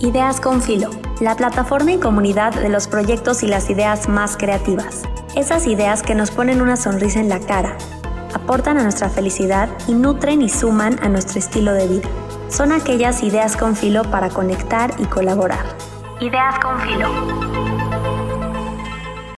Ideas con Filo, la plataforma y comunidad de los proyectos y las ideas más creativas. Esas ideas que nos ponen una sonrisa en la cara, aportan a nuestra felicidad y nutren y suman a nuestro estilo de vida. Son aquellas ideas con filo para conectar y colaborar. Ideas con Filo.